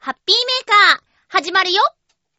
ハッピーメーカー始まるよ。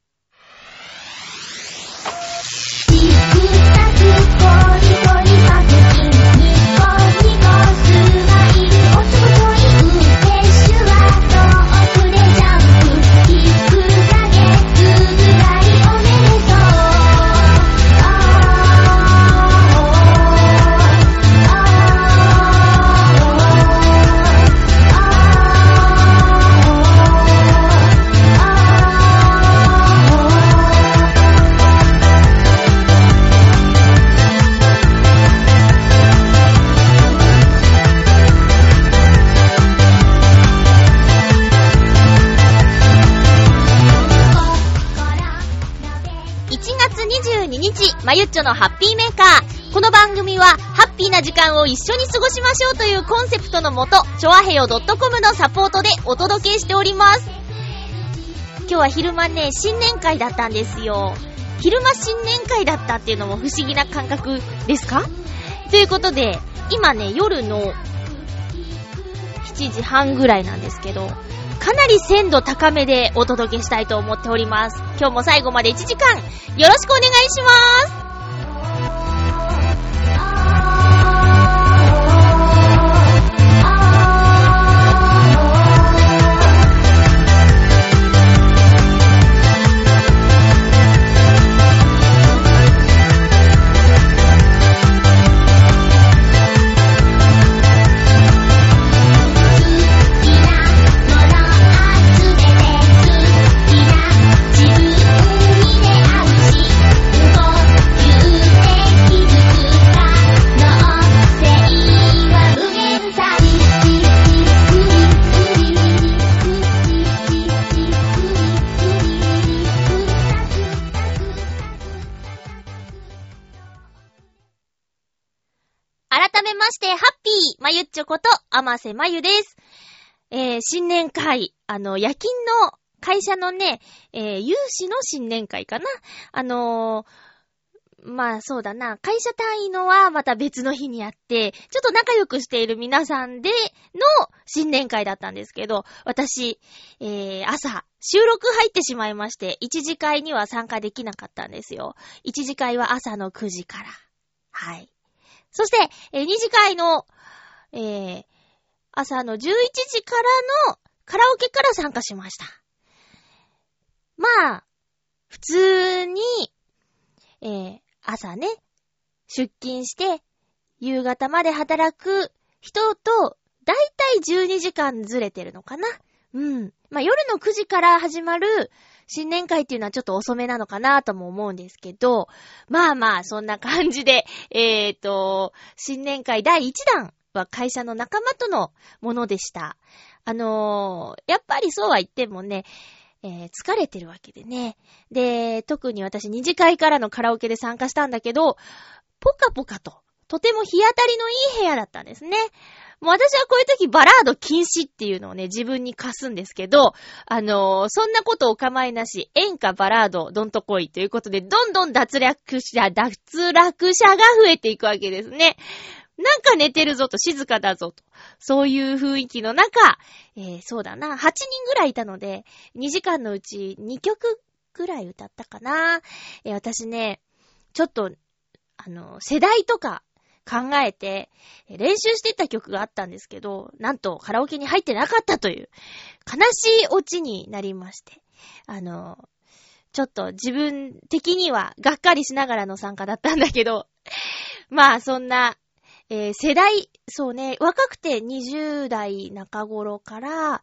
まゆっちょのハッピーメーカー。この番組はハッピーな時間を一緒に過ごしましょうというコンセプトのもと、ちょあへよ .com のサポートでお届けしております。今日は昼間ね、新年会だったんですよ。昼間新年会だったっていうのも不思議な感覚ですか？ということで、今ね、夜の7時半ぐらいなんですけど、かなり鮮度高めでお届けしたいと思っております。今日も最後まで1時間よろしくお願いします。まゆっちょこと甘瀬まゆです。新年会、夜勤の会社のね、有志の新年会かな。まあそうだな、会社単位のはまた別の日にやって、ちょっと仲良くしている皆さんでの新年会だったんですけど、私、朝、収録入ってしまいまして、一次会には参加できなかったんですよ。一次会は朝の9時から。はい。そして、二次会の朝の11時からのカラオケから参加しました。まあ、普通に、朝ね、出勤して、夕方まで働く人と、だいたい12時間ずれてるのかな。うん。まあ、夜の9時から始まる新年会っていうのはちょっと遅めなのかなとも思うんですけど、まあまあ、そんな感じで、新年会第1弾。は会社の仲間とのものでした。やっぱりそうは言ってもね、疲れてるわけでね。で、特に私二次会からのカラオケで参加したんだけど、ポカポカとても日当たりのいい部屋だったんですね。もう私はこういう時バラード禁止っていうのをね、自分に課すんですけど、そんなことお構いなし、演歌バラードどんとこいということで、どんどん脱落者が増えていくわけですね。なんか寝てるぞと、静かだぞと。そういう雰囲気の中、そうだな、8人ぐらいいたので、2時間のうち2曲ぐらい歌ったかな。私ね、ちょっと、世代とか考えて、練習してた曲があったんですけど、なんとカラオケに入ってなかったという、悲しいオチになりまして、ちょっと自分的にはがっかりしながらの参加だったんだけど、まあそんな、世代、そうね、若くて20代中頃から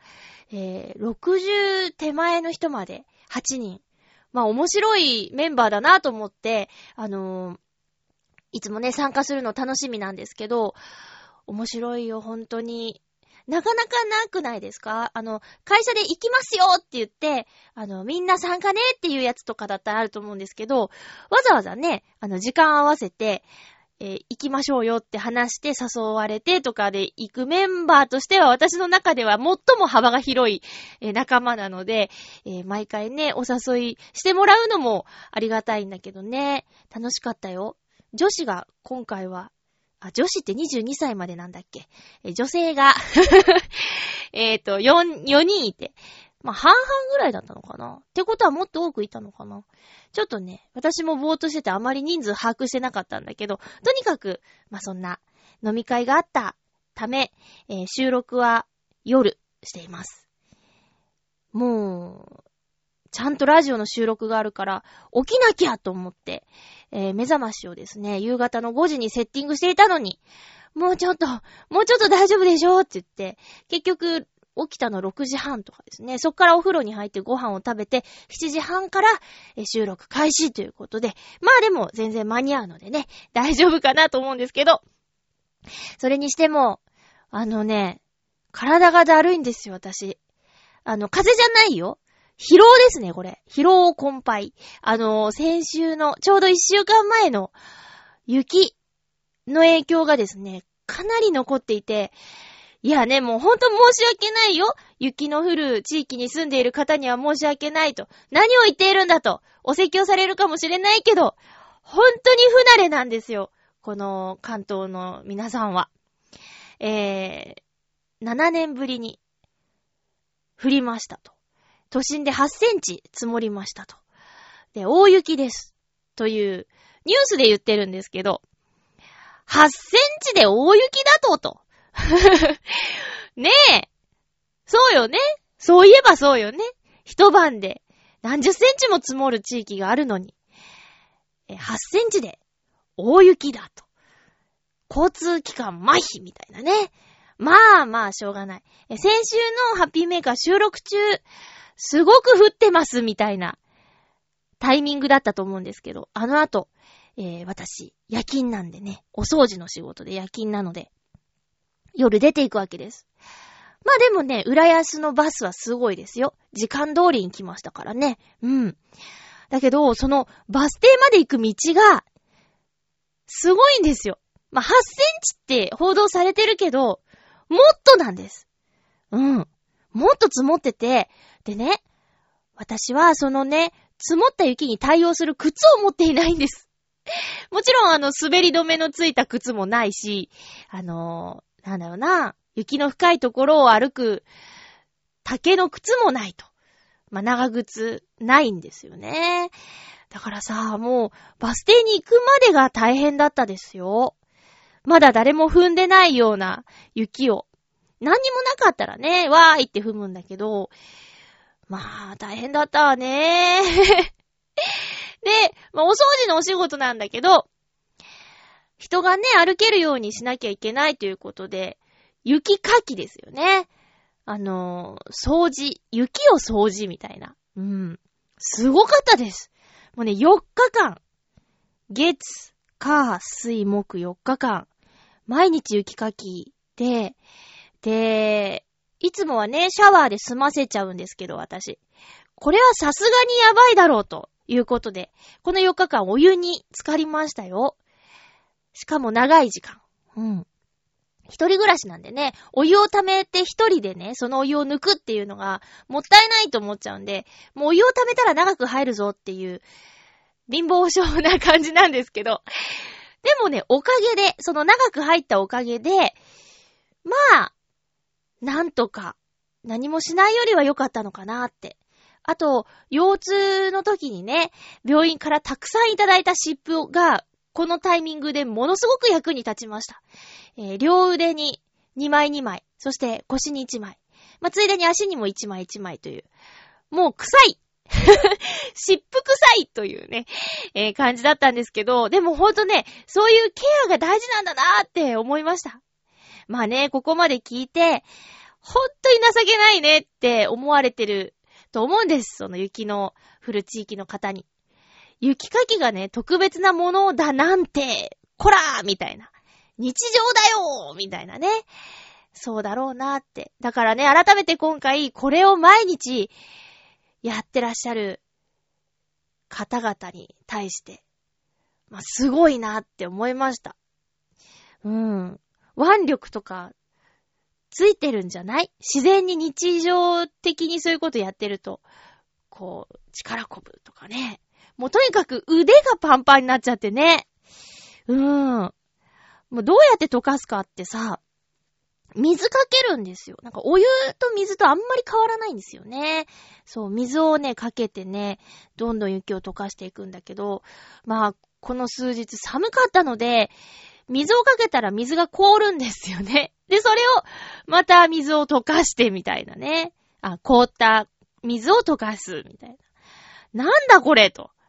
、60手前の人まで8人。まあ面白いメンバーだなと思って、いつもね、参加するの楽しみなんですけど、面白いよ、本当に。なかなかなくないですか？会社で行きますよって言って、みんな参加ねっていうやつとかだったらあると思うんですけど、わざわざね、時間合わせて、行きましょうよって話して誘われてとかで行くメンバーとしては私の中では最も幅が広い仲間なので、毎回ね、お誘いしてもらうのもありがたいんだけどね、楽しかったよ。女子が今回は、女子って22歳までなんだっけ？女性が4人いて、 まあ、半々ぐらいだったのかな。ってことはもっと多くいたのかな。ちょっとね、私もぼーっとしててあまり人数把握してなかったんだけど、とにかく、まあ、そんな飲み会があったため、収録は夜しています。もう、ちゃんとラジオの収録があるから、起きなきゃと思って、目覚ましをですね、夕方の5時にセッティングしていたのに、もうちょっと大丈夫でしょって言って、結局、起きたの6時半とかですね。そっからお風呂に入ってご飯を食べて、7時半から収録開始ということで、まあでも全然間に合うのでね、大丈夫かなと思うんですけど、それにしても、体がだるいんですよ、私。風邪じゃないよ。疲労ですね、これ。疲労困憊。先週の、ちょうど1週間前の雪の影響がですね、かなり残っていて、いやね、もうほんと申し訳ないよ。雪の降る地域に住んでいる方には申し訳ないと。何を言っているんだと。お説教されるかもしれないけど、本当に不慣れなんですよ。この関東の皆さんは。7年ぶりに降りましたと。都心で8センチ積もりましたと。で、大雪です。というニュースで言ってるんですけど、8センチで大雪だと。ねえ。そうよね。そういえばそうよね。一晩で何十センチも積もる地域があるのに、8センチで大雪だと。交通機関麻痺みたいなね。まあ、しょうがない。先週のハッピーメーカー収録中、すごく降ってますみたいなタイミングだったと思うんですけど、あの後、私、夜勤なんでね、お掃除の仕事で夜勤なので、夜出ていくわけです。まあでもね、浦安のバスはすごいですよ。時間通りに来ましたからね。うん。だけど、そのバス停まで行く道が、すごいんですよ。まあ8センチって報道されてるけど、もっとなんです。うん。もっと積もってて、でね、私はそのね、積もった雪に対応する靴を持っていないんです。もちろん滑り止めのついた靴もないし、なんだろうな、雪の深いところを歩く竹の靴もないと。まあ、長靴ないんですよね。だからさ、もうバス停に行くまでが大変だったですよ。まだ誰も踏んでないような雪を。何にもなかったらね、わーいって踏むんだけど、まあ、大変だったわね。で、まあ、お掃除のお仕事なんだけど、人がね、歩けるようにしなきゃいけないということで、雪かきですよね。掃除、雪を掃除みたいな。うん。すごかったです。もうね、4日間。月、火、水、木4日間。毎日雪かきで、いつもはね、シャワーで済ませちゃうんですけど、私。これはさすがにやばいだろうということで、この4日間お湯に浸かりましたよ。しかも長い時間。うん。一人暮らしなんでね、お湯を溜めて一人でね、そのお湯を抜くっていうのがもったいないと思っちゃうんで、もうお湯を溜めたら長く入るぞっていう貧乏症な感じなんですけど、でもね、おかげで、その長く入ったおかげで、まあ、なんとか何もしないよりは良かったのかなって。あと、腰痛の時にね、病院からたくさんいただいた湿布が、このタイミングでものすごく役に立ちました。両腕に2枚2枚、そして腰に1枚。まあ、ついでに足にも1枚1枚という。もう臭い湿布臭いというね、感じだったんですけど、でもほんとね、そういうケアが大事なんだなーって思いました。まあね、ここまで聞いて、ほんとに情けないねって思われてると思うんです。その雪の降る地域の方に。雪かきがね、特別なものだなんて、こらーみたいな。日常だよーみたいなね。そうだろうなーって。だからね、改めて今回、これを毎日やってらっしゃる方々に対して、まあ、すごいなって思いました。うん。腕力とか、ついてるんじゃない？自然に日常的にそういうことやってると、こう、力こぶとかね。もうとにかく腕がパンパンになっちゃってね。もうどうやって溶かすかってさ、 水かけるんですよ。なんかお湯と水とあんまり変わらないんですよね。そう、水をね、かけてね、どんどん雪を溶かしていくんだけど、まあ、この数日寒かったので、水をかけたら水が凍るんですよね。で、それを、また水を溶かしてみたいなね。凍った水を溶かすみたいな。なんだこれと。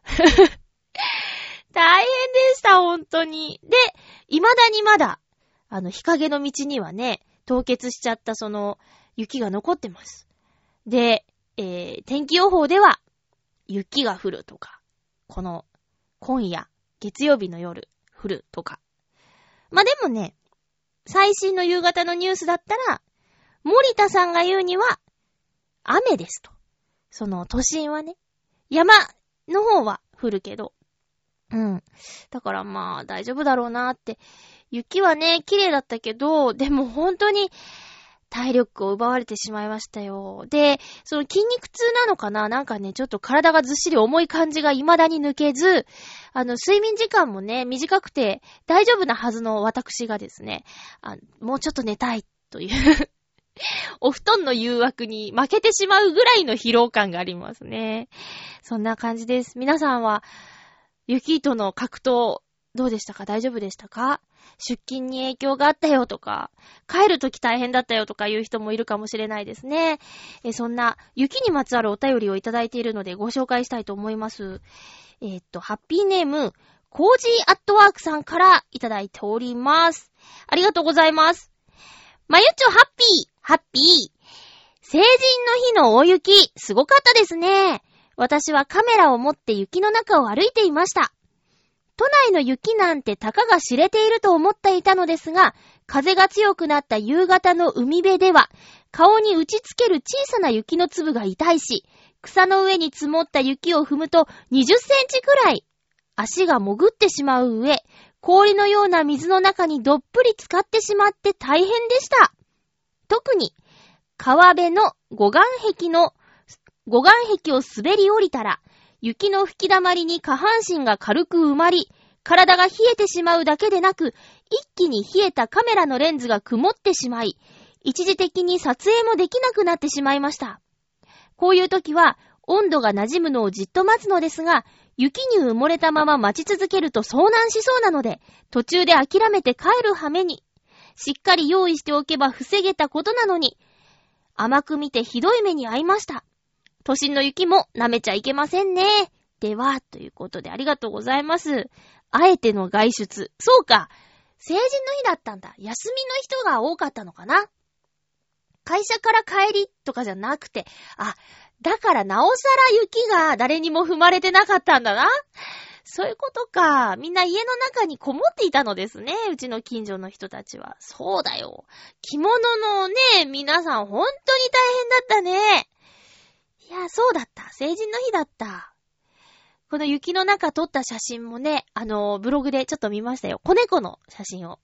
大変でした、本当に。で、未だにまだ、日陰の道にはね、凍結しちゃったその雪が残ってます。で、天気予報では雪が降るとか、この今夜月曜日の夜降るとか。まあ、でもね、最新の夕方のニュースだったら、森田さんが言うには雨ですと。その都心はね、山の方は降るけど、だからまあ大丈夫だろうなって。雪はね、綺麗だったけど、でも本当に体力を奪われてしまいましたよ。で、その筋肉痛なのかな、なんかね、ちょっと体がずっしり重い感じが未だに抜けず、睡眠時間もね、短くて大丈夫なはずの私がですね、もうちょっと寝たいというお布団の誘惑に負けてしまうぐらいの疲労感がありますね。そんな感じです。皆さんは雪との格闘どうでしたか？大丈夫でしたか？出勤に影響があったよとか、帰るとき大変だったよとかいう人もいるかもしれないですね。そんな雪にまつわるお便りをいただいているのでご紹介したいと思います。ハッピーネーム、コージーアットワークさんからいただいております。ありがとうございます。まゆちょハッピー。成人の日の大雪、すごかったですね。私はカメラを持って雪の中を歩いていました。都内の雪なんてたかが知れていると思っていたのですが、風が強くなった夕方の海辺では、顔に打ちつける小さな雪の粒が痛いし、草の上に積もった雪を踏むと20センチくらい足が潜ってしまう上、氷のような水の中にどっぷり浸かってしまって大変でした。特に川辺の護岸壁を滑り降りたら、雪の吹き溜まりに下半身が軽く埋まり、体が冷えてしまうだけでなく、一気に冷えたカメラのレンズが曇ってしまい、一時的に撮影もできなくなってしまいました。こういう時は、温度が馴染むのをじっと待つのですが、雪に埋もれたまま待ち続けると遭難しそうなので、途中で諦めて帰る羽目に、しっかり用意しておけば防げたことなのに、甘く見てひどい目に遭いました。都心の雪も舐めちゃいけませんね。では、ということでありがとうございます。あえての外出。そうか。成人の日だったんだ。休みの人が多かったのかな。会社から帰りとかじゃなくて、だからなおさら雪が誰にも踏まれてなかったんだな。そういうことか。みんな家の中にこもっていたのですね。うちの近所の人たちは。そうだよ。着物のね、皆さん本当に大変だったね。いや、そうだった。成人の日だった。この雪の中撮った写真もね、ブログでちょっと見ましたよ。子猫の写真を。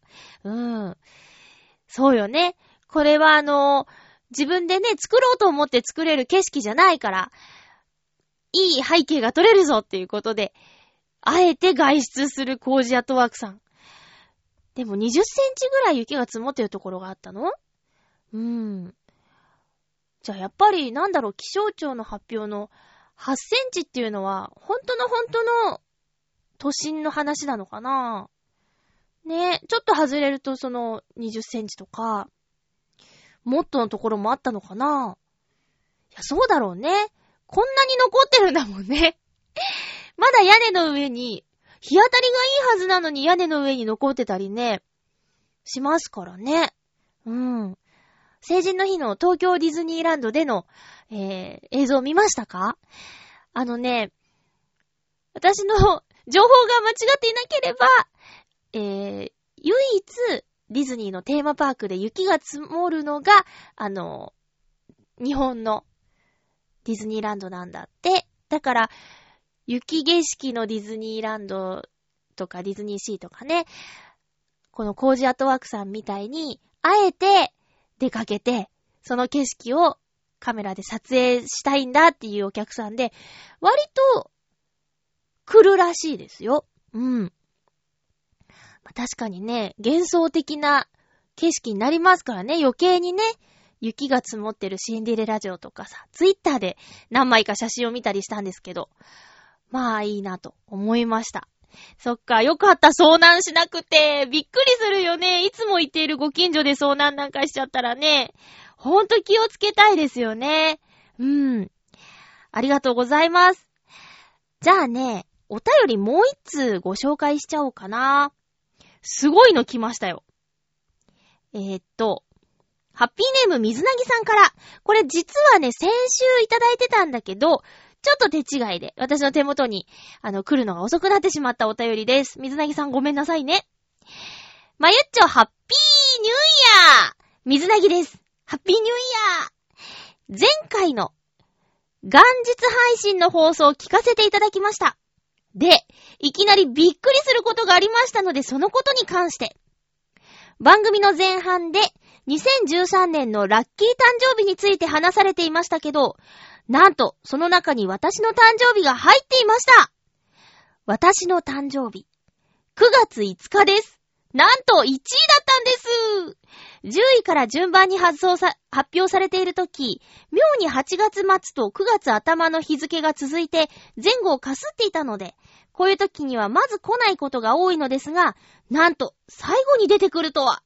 そうよね。これは自分でね、作ろうと思って作れる景色じゃないから、いい背景が撮れるぞっていうことで、あえて外出するコージアットワークさん。でも20センチぐらい雪が積もってるところがあったの？じゃあやっぱり気象庁の発表の8センチっていうのは本当の都心の話なのかな？ね、ちょっと外れるとその20センチとかもっとのところもあったのかな？いや、そうだろうね。こんなに残ってるんだもんね。まだ屋根の上に日当たりがいいはずなのに屋根の上に残ってたりねしますからね。成人の日の東京ディズニーランドでの、映像見ましたか？私の情報が間違っていなければ、唯一ディズニーのテーマパークで雪が積もるのが、日本のディズニーランドなんだって。だから、雪景色のディズニーランドとかディズニーシーとかね、このコージアットワークさんみたいに、あえて出かけて、その景色をカメラで撮影したいんだっていうお客さんで、割と来るらしいですよ。確かにね、幻想的な景色になりますからね、余計にね、雪が積もってるシンデレラ城とかさ、ツイッターで何枚か写真を見たりしたんですけど、まあいいなと思いました。そっか、よかった、遭難しなくて。びっくりするよね。いつも行っているご近所で遭難なんかしちゃったらね、ほんと気をつけたいですよね。ありがとうございます。じゃあね、お便りもう一通ご紹介しちゃおうかな。すごいの来ましたよ。ハッピーネーム水なぎさんから、これ実はね、先週いただいてたんだけど、ちょっと手違いで、私の手元に、来るのが遅くなってしまったお便りです。水なぎさんごめんなさいね。まゆっちょ、ハッピーニューイヤー！水なぎです。ハッピーニューイヤー！前回の元日配信の放送を聞かせていただきました。で、いきなりびっくりすることがありましたので、そのことに関して。番組の前半で、2013年のラッキー誕生日について話されていましたけど、なんと、その中に私の誕生日が入っていました。私の誕生日、9月5日です。なんと1位だったんです。10位から順番に発表されているとき、妙に8月末と9月頭の日付が続いて前後をかすっていたので、こういう時にはまず来ないことが多いのですが、なんと最後に出てくるとは。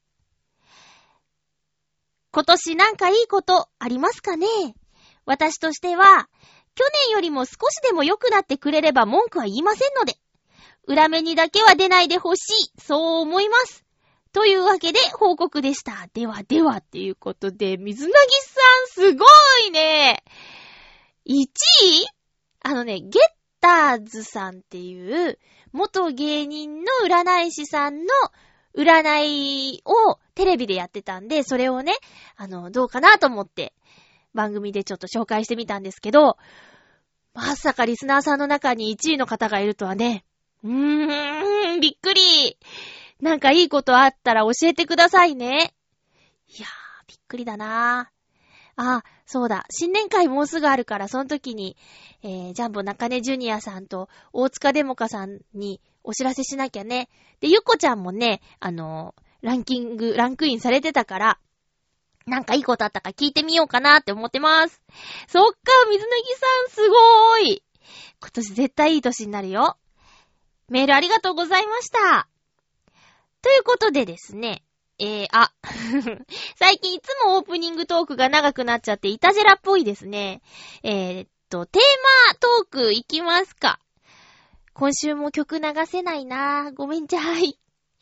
今年なんかいいことありますかね？私としては、去年よりも少しでも良くなってくれれば文句は言いませんので、裏目にだけは出ないでほしい、そう思います。というわけで報告でした。ではっていうことで、水なぎさんすごいね。1位？ゲッターズさんっていう元芸人の占い師さんの占いをテレビでやってたんで、それをね、どうかなと思って番組でちょっと紹介してみたんですけど、まさかリスナーさんの中に1位の方がいるとはね。びっくり。なんかいいことあったら教えてくださいね。いやー、びっくりだなあ、そうだ。新年会もうすぐあるから、その時に、ジャンボ中根ジュニアさんと大塚デモカさんにお知らせしなきゃね。で、ゆっこちゃんもね、ランクインされてたから、なんかいいことあったか聞いてみようかなって思ってます。そっか、水なぎさんすごーい。今年絶対いい年になるよ。メールありがとうございました。ということでですね、最近いつもオープニングトークが長くなっちゃってイタジェラっぽいですね。テーマトークいきますか。今週も曲流せないな。ごめんちゃい。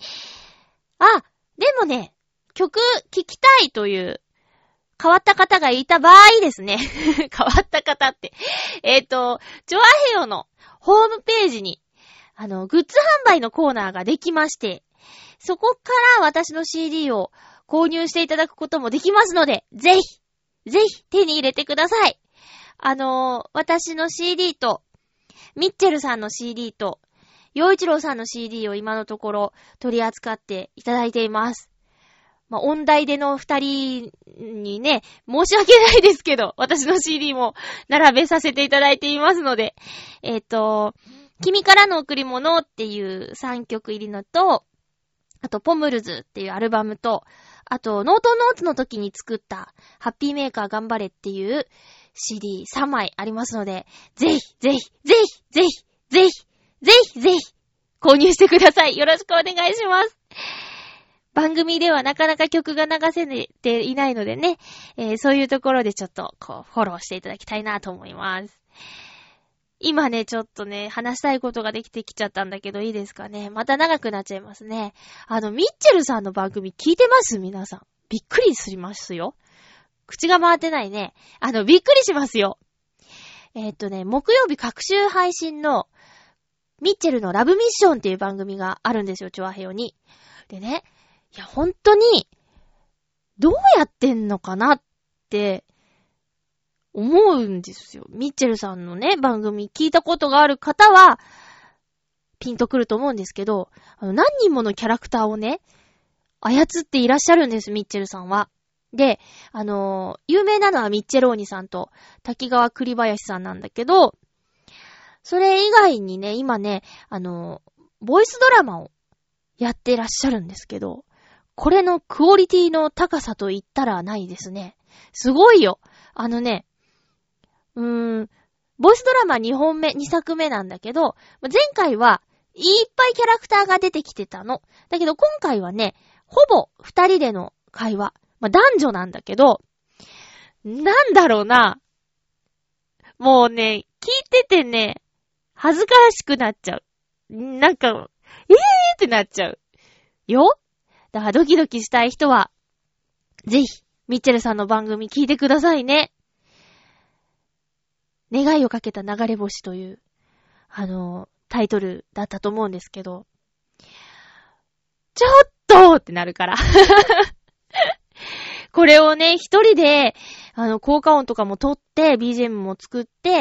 でもね、曲聴きたいという変わった方がいた場合ですね。変わった方って。チョアヘヨのホームページに、グッズ販売のコーナーができまして、そこから私の CD を購入していただくこともできますので、ぜひ手に入れてください。私の CD と、ミッチェルさんの CD と、陽一郎さんの CD を今のところ取り扱っていただいています。音大での二人にね、申し訳ないですけど、私の CD も並べさせていただいていますので、君からの贈り物っていう3曲入りのと、あとポムルズっていうアルバムと、あとノートノーツの時に作ったハッピーメーカー頑張れっていう CD3 枚ありますので、ぜひ購入してください。よろしくお願いします。番組ではなかなか曲が流せていないのでね、そういうところでちょっとこうフォローしていただきたいなと思います。今ね、ちょっとね、話したいことができてきちゃったんだけど、いいですかね。また長くなっちゃいますね。ミッチェルさんの番組聞いてます皆さん。びっくりしますよ。口が回ってないね。びっくりしますよ。木曜日各週配信のミッチェルのラブミッションっていう番組があるんですよ、チョアヘヨに。でね、いや、本当に、どうやってんのかなって思うんですよ。ミッチェルさんのね、番組聞いたことがある方は、ピンとくると思うんですけど、何人ものキャラクターをね、操っていらっしゃるんです、ミッチェルさんは。で、有名なのはミッチェローニさんと滝川栗林さんなんだけど、それ以外にね、今ね、ボイスドラマをやってらっしゃるんですけど、 これのクオリティの高さと言ったらないですね。すごいよ。ボイスドラマ2作目なんだけど、前回はいっぱいキャラクターが出てきてたの。だけど今回はね、ほぼ2人での会話。男女なんだけど、なんだろうな。もうね、聞いててね、恥ずかしくなっちゃう。なんか、ってなっちゃう。よ？だからドキドキしたい人は、ぜひ、ミッチェルさんの番組聞いてくださいね。願いをかけた流れ星という、タイトルだったと思うんですけど、ちょっとってなるから。これをね、一人で、効果音とかも取って、BGM も作って、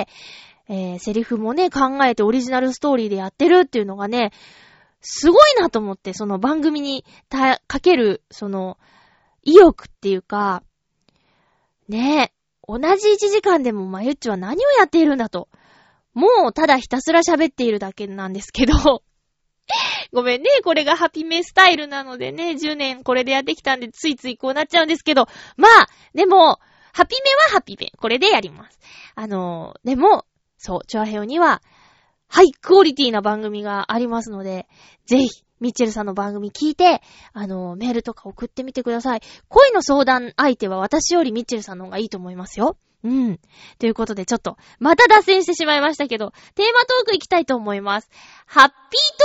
セリフもね、考えてオリジナルストーリーでやってるっていうのがね、すごいなと思って、その番組にかける、その、意欲っていうか、ねえ、同じ1時間でもまゆっちは何をやっているんだと。もうただひたすら喋っているだけなんですけど。ごめんね、これがハピメスタイルなのでね、10年これでやってきたんでついついこうなっちゃうんですけど、まあ、でも、ハピメはハピメ。これでやります。でも、そう、チョアヘオには、ハイクオリティな番組がありますので、ぜひ、ミッチェルさんの番組聞いて、メールとか送ってみてください。恋の相談相手は私よりミッチェルさんの方がいいと思いますよ。うん。ということでちょっと、また脱線してしまいましたけど、テーマトーク行きたいと思います。ハッピー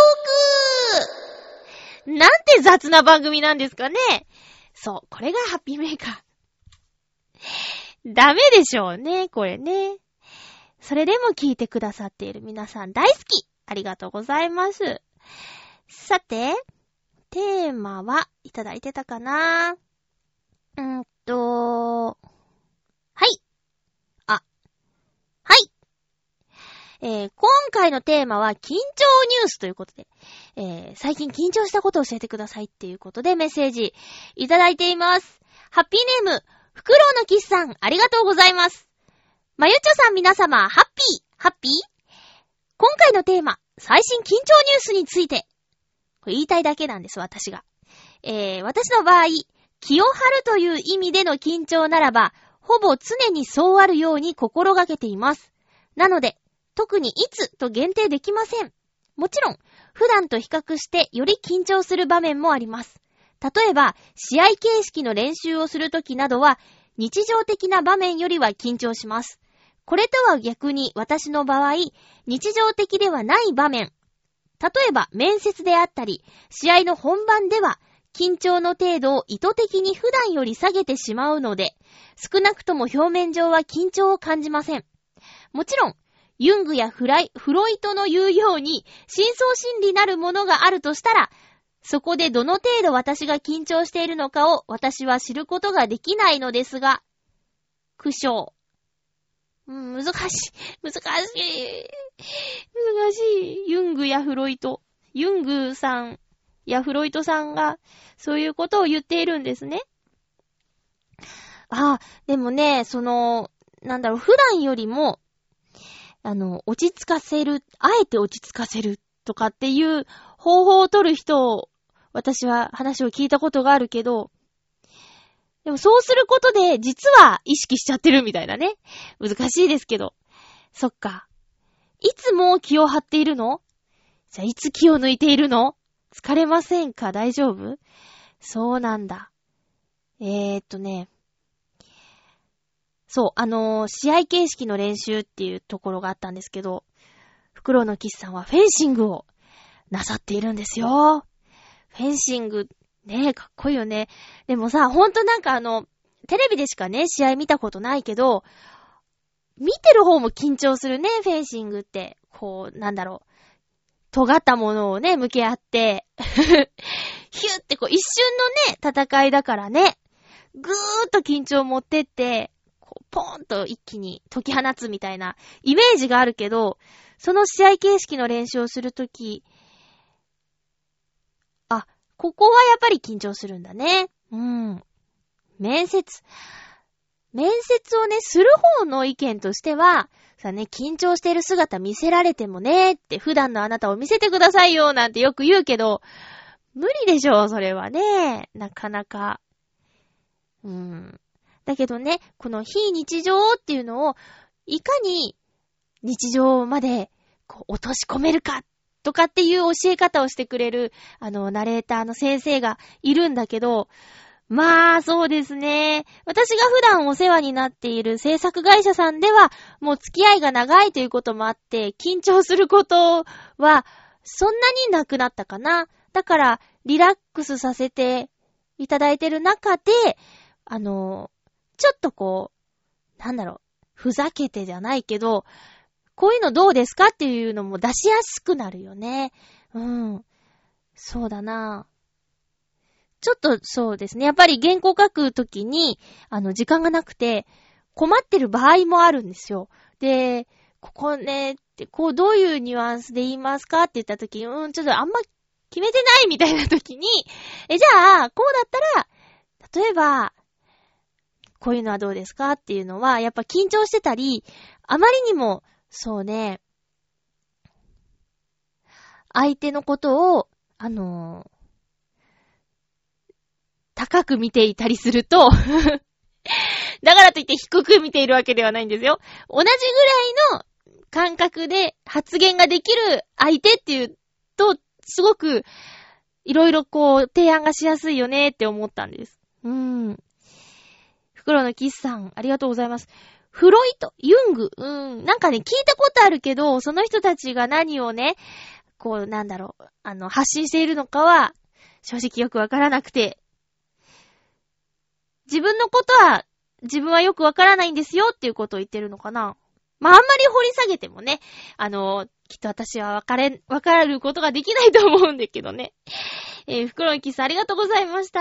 トーク！なんて雑な番組なんですかね。そう、これがハッピーメーカー。ダメでしょうね、これね。それでも聞いてくださっている皆さん大好き。ありがとうございます。さて、テーマはいただいてたかな？はい。はい。今回のテーマは緊張ニュースということで、最近緊張したことを教えてくださいっていうことでメッセージいただいています。ハッピーネーム、フクロウのキスさん、ありがとうございます。まゆちょさん皆様、ハッピー今回のテーマ、最新緊張ニュースについて。これ言いたいだけなんです、私が。私の場合、気を張るという意味での緊張ならば、ほぼ常にそうあるように心がけています。なので、特にいつと限定できません。もちろん、普段と比較してより緊張する場面もあります。例えば、試合形式の練習をするときなどは、日常的な場面よりは緊張します。これとは逆に私の場合、日常的ではない場面。例えば面接であったり、試合の本番では、緊張の程度を意図的に普段より下げてしまうので、少なくとも表面上は緊張を感じません。もちろん、ユングやフロイトの言うように、深層心理なるものがあるとしたら、そこでどの程度私が緊張しているのかを私は知ることができないのですが、苦笑。難しい。ユングやフロイト。ユングさんやフロイトさんがそういうことを言っているんですね。でもね、普段よりも、落ち着かせる、あえて落ち着かせるとかっていう方法を取る人を、私は話を聞いたことがあるけど、でもそうすることで実は意識しちゃってるみたいなね。難しいですけど。そっか。いつも気を張っているの？じゃあいつ気を抜いているの？疲れませんか？大丈夫？そうなんだ。そう、試合形式の練習っていうところがあったんですけど、フクロウのキスさんはフェンシングをなさっているんですよ。フェンシング、ねえ、かっこいいよね。でもさ、ほんとテレビでしかね、試合見たことないけど、見てる方も緊張するね、フェンシングって。尖ったものをね、向け合って、ヒューって一瞬のね、戦いだからね、ぐーっと緊張を持ってって、ポーンと一気に解き放つみたいなイメージがあるけど、その試合形式の練習をするとき、ここはやっぱり緊張するんだね。面接をね、する方の意見としては、緊張している姿見せられてもね、って普段のあなたを見せてくださいよ、なんてよく言うけど、 無理でしょう、それはね。なかなか。だけどね、この非日常っていうのを、いかに日常までこう落とし込めるかとかっていう教え方をしてくれる、ナレーターの先生がいるんだけど、まあ、そうですね。私が普段お世話になっている制作会社さんでは、もう付き合いが長いということもあって、緊張することは、そんなになくなったかな。だから、リラックスさせていただいてる中で、ちょっとこう、ふざけてじゃないけど、こういうのどうですかっていうのも出しやすくなるよね。そうだな。ちょっとそうですね。やっぱり原稿書くときに、時間がなくて、困ってる場合もあるんですよ。で、ここね、こうどういうニュアンスで言いますかって言ったときに、ちょっとあんま決めてないみたいなときに、じゃあ、こうだったら、例えば、こういうのはどうですかっていうのは、やっぱ緊張してたり、あまりにも、そうね、相手のことを、高く見ていたりすると、だからといって低く見ているわけではないんですよ。同じぐらいの感覚で発言ができる相手っていうと、すごく、いろいろこう、提案がしやすいよねって思ったんです。袋のキスさん、ありがとうございます。フロイト、ユング、なんかね、聞いたことあるけど、その人たちが何をね、こう、発信しているのかは、正直よくわからなくて、自分のことは、自分はよくわからないんですよっていうことを言ってるのかな。まあ、あんまり掘り下げてもね、きっと私はわかることができないと思うんだけどね。袋のキスありがとうございました。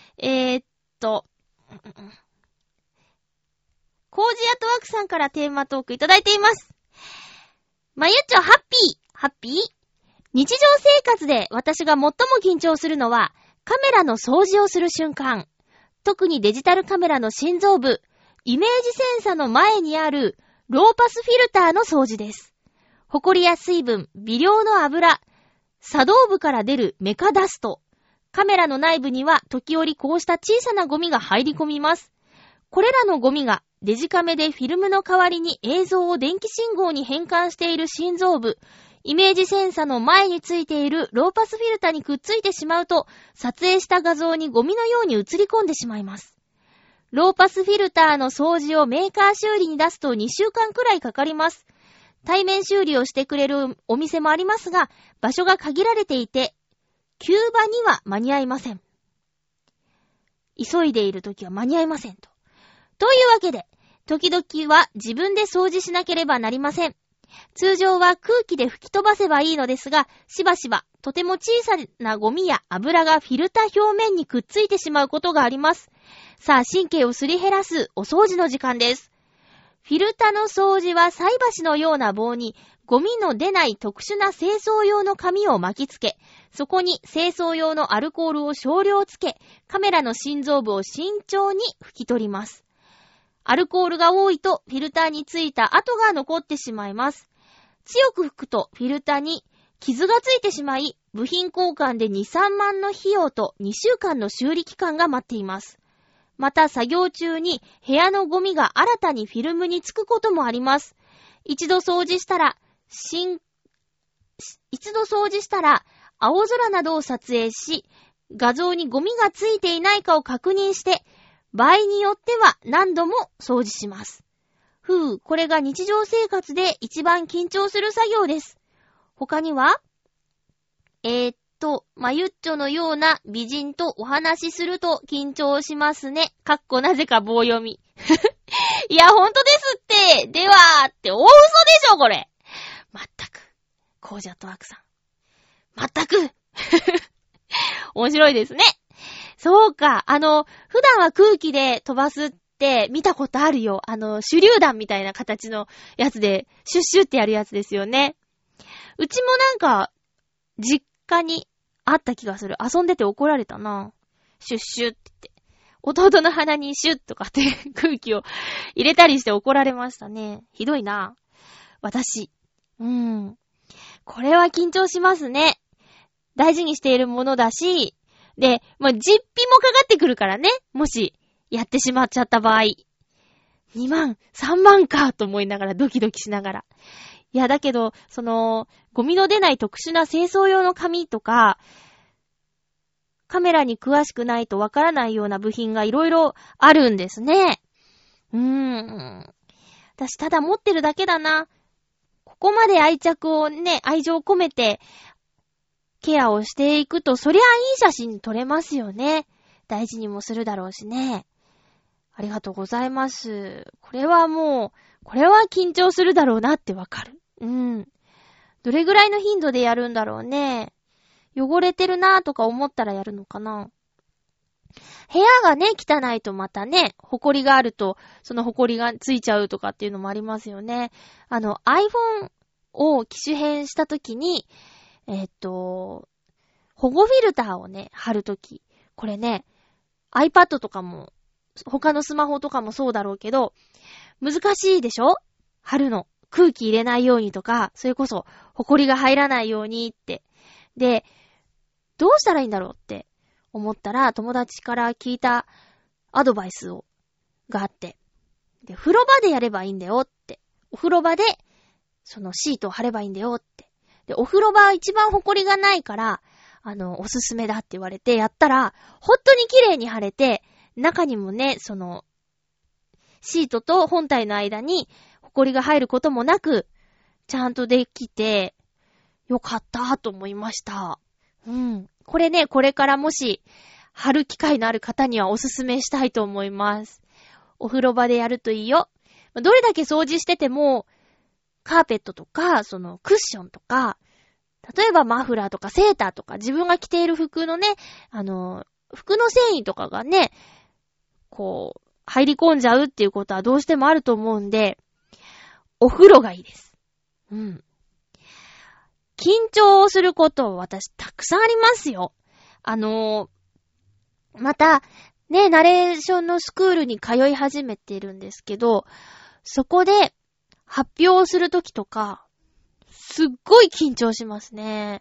コージアットワークさんからテーマトークいただいています。まゆっちょハッピー日常生活で私が最も緊張するのはカメラの掃除をする瞬間。特にデジタルカメラの心臓部、イメージセンサの前にあるローパスフィルターの掃除です。ホコリや水分、微量の油、作動部から出るメカダスト。カメラの内部には時折こうした小さなゴミが入り込みます。これらのゴミがデジカメでフィルムの代わりに映像を電気信号に変換している心臓部、イメージセンサの前についているローパスフィルターにくっついてしまうと、撮影した画像にゴミのように映り込んでしまいます。ローパスフィルターの掃除をメーカー修理に出すと2週間くらいかかります。対面修理をしてくれるお店もありますが、場所が限られていて、急場には間に合いません。急いでいるときは間に合いませんと。というわけで、時々は自分で掃除しなければなりません。通常は空気で吹き飛ばせばいいのですが、しばしばとても小さなゴミや油がフィルター表面にくっついてしまうことがあります。さあ、神経をすり減らすお掃除の時間です。フィルターの掃除は菜箸のような棒にゴミの出ない特殊な清掃用の紙を巻きつけ、そこに清掃用のアルコールを少量つけ、カメラの心臓部を慎重に拭き取ります。アルコールが多いとフィルターについた跡が残ってしまいます。強く拭くとフィルターに傷がついてしまい、部品交換で2、3万の費用と2週間の修理期間が待っています。また作業中に部屋のゴミが新たにフィルムにつくこともあります。一度掃除したら青空などを撮影し、画像にゴミがついていないかを確認して、場合によっては何度も掃除します。これが日常生活で一番緊張する作業です。他にはまゆっちょのような美人とお話しすると緊張しますね。なぜか棒読み。いや、ほんとですって。では、って大嘘でしょ、これ。まったく。コージャットワークさん。まったく。面白いですね。そうか。普段は空気で飛ばすって見たことあるよ。手榴弾みたいな形のやつで、シュッシュってやるやつですよね。うちもなんか、実家にあった気がする。遊んでて怒られたな。シュッシュって言って。弟の鼻にシュッとかって空気を入れたりして怒られましたね。ひどいな。私。これは緊張しますね。 大事にしているものだし、で、実費もかかってくるからね。もし、やってしまっちゃった場合。2万、3万かと思いながらドキドキしながら。いや、だけど、ゴミの出ない特殊な清掃用の紙とか、カメラに詳しくないとわからないような部品がいろいろあるんですね。私ただ持ってるだけだな。ここまで愛着をね、愛情を込めてケアをしていくと、そりゃいい写真撮れますよね。大事にもするだろうしね。ありがとうございます。これは緊張するだろうなってわかる。どれぐらいの頻度でやるんだろうね。汚れてるなとか思ったらやるのかな。部屋がね、汚いとまたね、ホコリがあると、そのホコリがついちゃうとかっていうのもありますよね。iPhone を機種変したときに、保護フィルターをね、貼るとき。これね、iPad とかも、他のスマホとかもそうだろうけど、難しいでしょ？貼るの。空気入れないようにとか、それこそ、ホコリが入らないようにって。で、どうしたらいいんだろうって思ったら、友達から聞いたアドバイスがあって。で、風呂場でやればいいんだよって。お風呂場で、そのシートを貼ればいいんだよって。で、お風呂場は一番ホコリがないから、おすすめだって言われてやったら、本当に綺麗に貼れて、中にもね、シートと本体の間にホコリが入ることもなく、ちゃんとできて、よかったと思いました。これね、これからもし、貼る機会のある方にはおすすめしたいと思います。お風呂場でやるといいよ。どれだけ掃除してても、カーペットとか、クッションとか、例えばマフラーとかセーターとか、自分が着ている服のね、服の繊維とかがね、入り込んじゃうっていうことはどうしてもあると思うんで、お風呂がいいです。緊張すること私たくさんありますよ。また、ね、ナレーションのスクールに通い始めてるんですけど、そこで発表をするときとか、すっごい緊張しますね。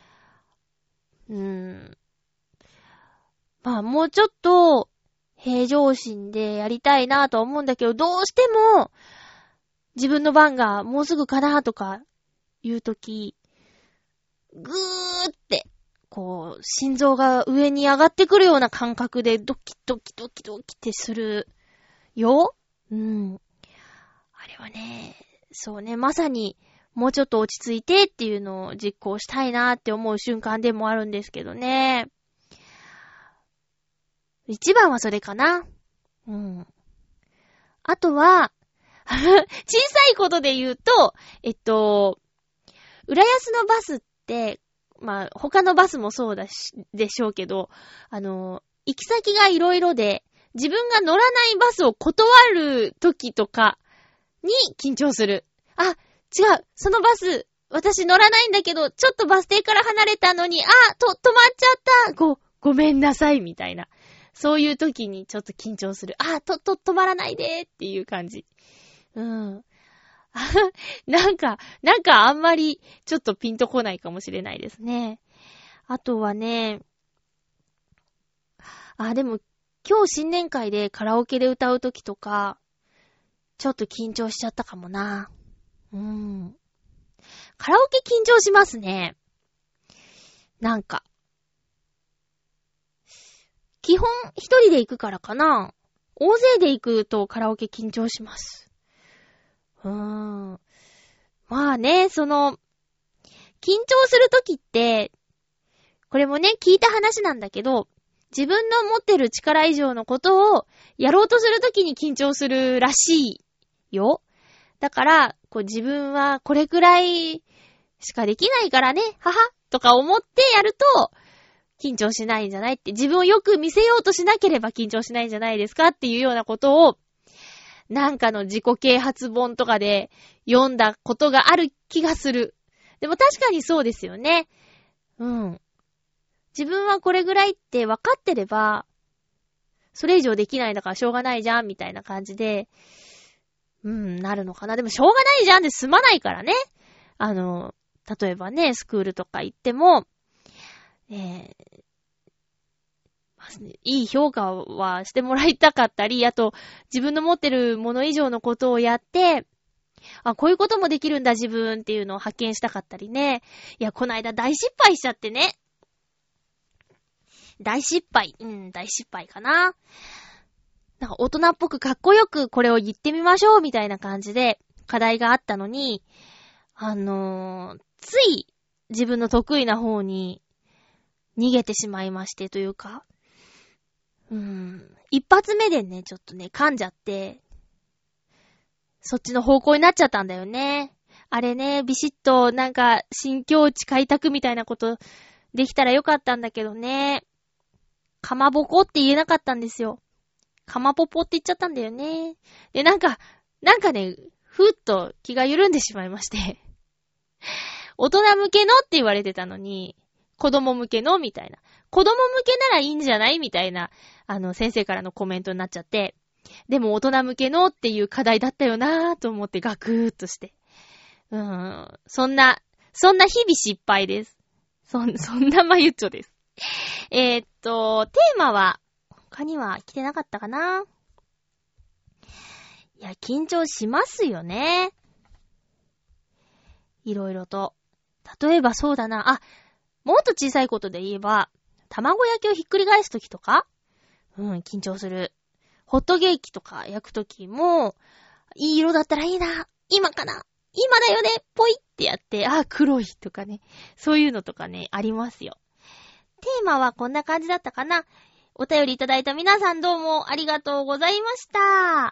もうちょっと平常心でやりたいなとは思うんだけど、どうしても自分の番がもうすぐかなとかいうとき、ぐーって、心臓が上に上がってくるような感覚でドキドキドキドキってするよ。あれはね、そうね、まさにもうちょっと落ち着いてっていうのを実行したいなって思う瞬間でもあるんですけどね。一番はそれかな。あとは、小さいことで言うと、浦安のバスって、他のバスもそうでしょうけど、行き先がいろいろで、自分が乗らないバスを断る時とかに緊張する。あ、違う、そのバス、私乗らないんだけど、ちょっとバス停から離れたのに、止まっちゃった。ごめんなさい、みたいな。そういう時にちょっと緊張する。止まらないでっていう感じ。なんかあんまりちょっとピンとこないかもしれないですね。あとはね、でも今日新年会でカラオケで歌うときとか、ちょっと緊張しちゃったかもな。カラオケ緊張しますね。なんか。基本一人で行くからかな。大勢で行くとカラオケ緊張します。まあね、緊張するときって、これもね、聞いた話なんだけど、自分の持ってる力以上のことをやろうとするときに緊張するらしいよ。だから、自分はこれくらいしかできないからね、とか思ってやると、緊張しないんじゃないって、自分をよく見せようとしなければ緊張しないんじゃないですかっていうようなことを、なんかの自己啓発本とかで読んだことがある気がする。でも確かにそうですよね。自分はこれぐらいって分かってれば、それ以上できないんだからしょうがないじゃんみたいな感じで、なるのかな。でもしょうがないじゃんで済まないからね。例えばね、スクールとか行っても、 いい評価はしてもらいたかったり、あと自分の持ってるもの以上のことをやって、こういうこともできるんだ自分っていうのを発見したかったりね。いや、この間大失敗しちゃってね。大失敗かな。なんか大人っぽくかっこよくこれを言ってみましょうみたいな感じで課題があったのに、つい自分の得意な方に逃げてしまいましてというか、一発目でね、ちょっとね、噛んじゃって、そっちの方向になっちゃったんだよね。あれね、ビシッとなんか新境地開拓みたいなことできたらよかったんだけどね。かまぼこって言えなかったんですよ。かまぽぽって言っちゃったんだよね。で、なんかね、ふっと気が緩んでしまいまして。大人向けのって言われてたのに、子供向けのみたいな。子供向けならいいんじゃないみたいな、先生からのコメントになっちゃって。でも大人向けのっていう課題だったよなぁと思ってガクーっとして。そんな日々失敗です。そんなまゆっちょです。テーマは、他には来てなかったかな。いや、緊張しますよね。いろいろと。例えばそうだな。もっと小さいことで言えば、卵焼きをひっくり返すときとか緊張する。ホットケーキとか焼くときも、いい色だったらいいな。今かな。今だよね。ポイってやって、黒いとかね。そういうのとかね、ありますよ。テーマはこんな感じだったかな。お便りいただいた皆さんどうもありがとうございました。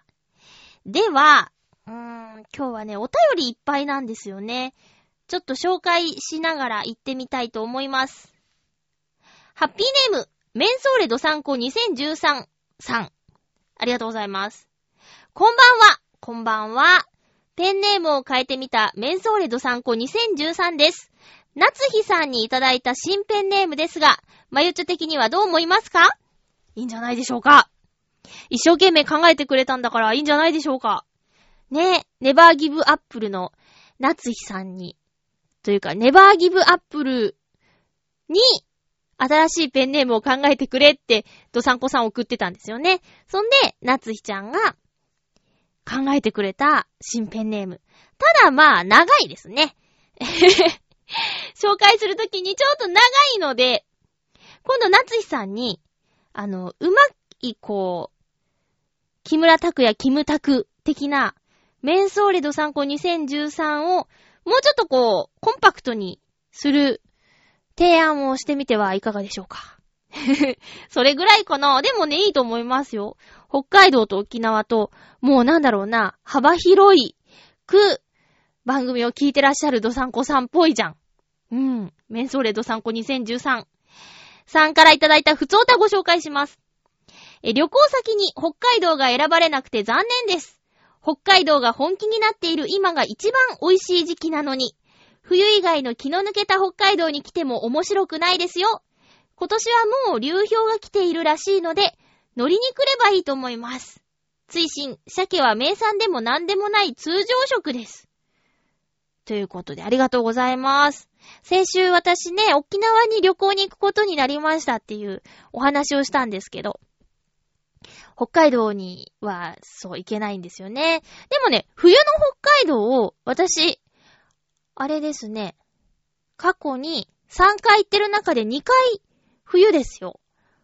では、今日はね、お便りいっぱいなんですよね。ちょっと紹介しながら行ってみたいと思います。ハッピーネーム、メンソーレドサンコ2013さん。ありがとうございます。こんばんは。ペンネームを変えてみたメンソーレドサンコ2013です。夏日さんにいただいた新ペンネームですが、まゆっちょ的にはどう思いますか？いいんじゃないでしょうか。一生懸命考えてくれたんだからいいんじゃないでしょうか。ね、ネバーギブアップルの夏日さんに、というかネバーギブアップルに新しいペンネームを考えてくれってドサンコさん送ってたんですよね。そんで夏日ちゃんが考えてくれた新ペンネーム。ただ長いですね。紹介するときにちょっと長いので、今度夏日さんにうまい木村拓哉キムタク的なメンソーレドサンコ2013をもうちょっとコンパクトにする提案をしてみてはいかがでしょうか。それぐらいかな。でもね、いいと思いますよ。北海道と沖縄と、もう幅広く番組を聞いてらっしゃるドサンコさんっぽいじゃん。メンソーレドサンコ2013さんからいただいたふつおたご紹介します。旅行先に北海道が選ばれなくて残念です。北海道が本気になっている今が一番美味しい時期なのに、冬以外の気の抜けた北海道に来ても面白くないですよ。今年はもう流氷が来ているらしいので、乗りに来ればいいと思います。追伸、鮭は名産でも何でもない通常食です。ということでありがとうございます。先週私ね、沖縄に旅行に行くことになりましたっていうお話をしたんですけど、北海道にはそう行けないんですよね。でもね、冬の北海道を私、あれですね、過去に3回行ってる中で2回冬ですよ。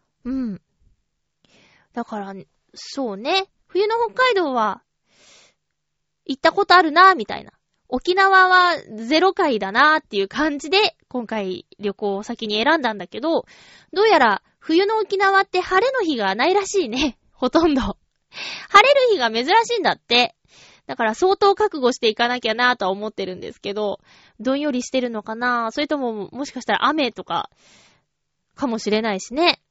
だから、そうね、冬の北海道は行ったことあるな、みたいな。沖縄は0回だなっていう感じで今回旅行を先に選んだんだけど、どうやら冬の沖縄って晴れの日がないらしいね。ほとんど。晴れる日が珍しいんだって。だから相当覚悟していかなきゃなとは思ってるんですけど、どんよりしてるのかな？それとももしかしたら雨とかかもしれないしね。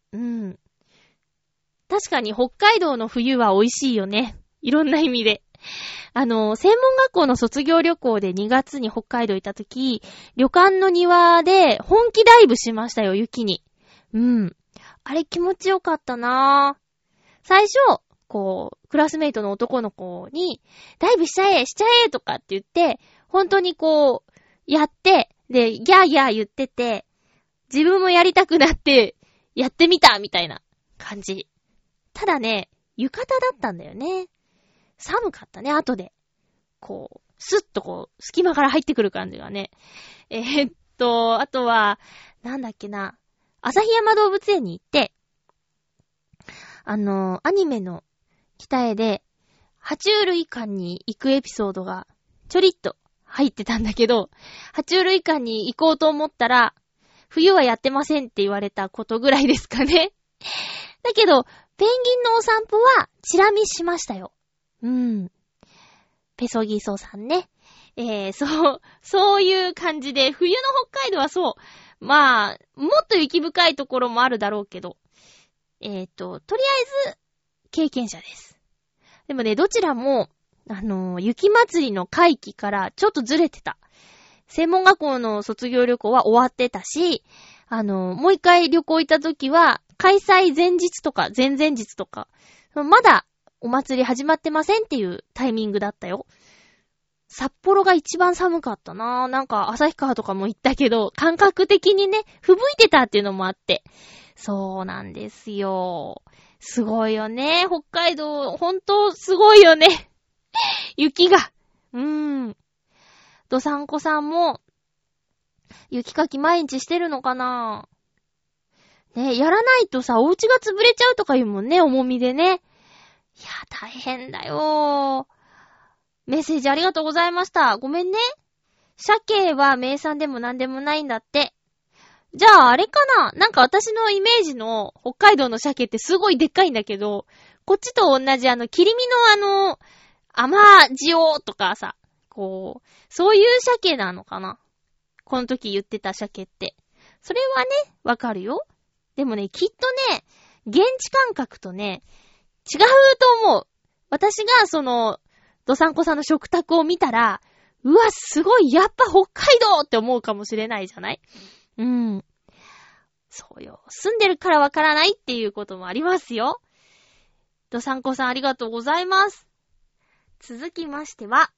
確かに北海道の冬は美味しいよね。いろんな意味で。専門学校の卒業旅行で2月に北海道行った時、旅館の庭で本気ダイブしましたよ、雪に。あれ気持ちよかったなぁ。最初、クラスメイトの男の子に、ダイブしちゃえとかって言って、本当にやって、で、ギャーギャー言ってて、 自分もやりたくなって、やってみたみたいな感じ。ただね、浴衣だったんだよね。寒かったね、後で。こう、スッとこう、隙間から入ってくる感じがね。あとは、なんだっけな。旭山動物園に行って、アニメの北へで、爬虫類館に行くエピソードがちょりっと入ってたんだけど、爬虫類館に行こうと思ったら、冬はやってませんって言われたことぐらいですかね。だけど、ペンギンのお散歩はチラ見しましたよ。ペソギソさんね。そういう感じで、冬の北海道はそう。まあ、もっと雪深いところもあるだろうけど、とりあえず、経験者です。でもね、どちらも、雪祭りの会期からちょっとずれてた。専門学校の卒業旅行は終わってたし、もう一回旅行行った時は、開催前日とか前々日とか、まだお祭り始まってませんっていうタイミングだったよ。札幌が一番寒かったな。なんか旭川とかも行ったけど、感覚的にね、吹雪いてたっていうのもあって。そうなんですよ。すごいよね。北海道、ほんとすごいよね。雪が。どさんこさんも、雪かき毎日してるのかな？ね、やらないとさ、お家が潰れちゃうとか言うもんね、重みでね。いや、大変だよ。メッセージありがとうございました。ごめんね。鮭は名産でもなんでもないんだって。じゃああれかな？なんか私のイメージの北海道の鮭ってすごいでっかいんだけど、こっちと同じ切り身の甘塩とかさ、こう、そういう鮭なのかな？この時言ってた鮭って。それはね、わかるよ。でもね、きっとね、現地感覚とね、違うと思う。私がどさんこさんの食卓を見たら、うわ、すごい、やっぱ北海道って思うかもしれないじゃない？そうよ。住んでるからわからないっていうこともありますよ。どさんこさんありがとうございます。続きましては、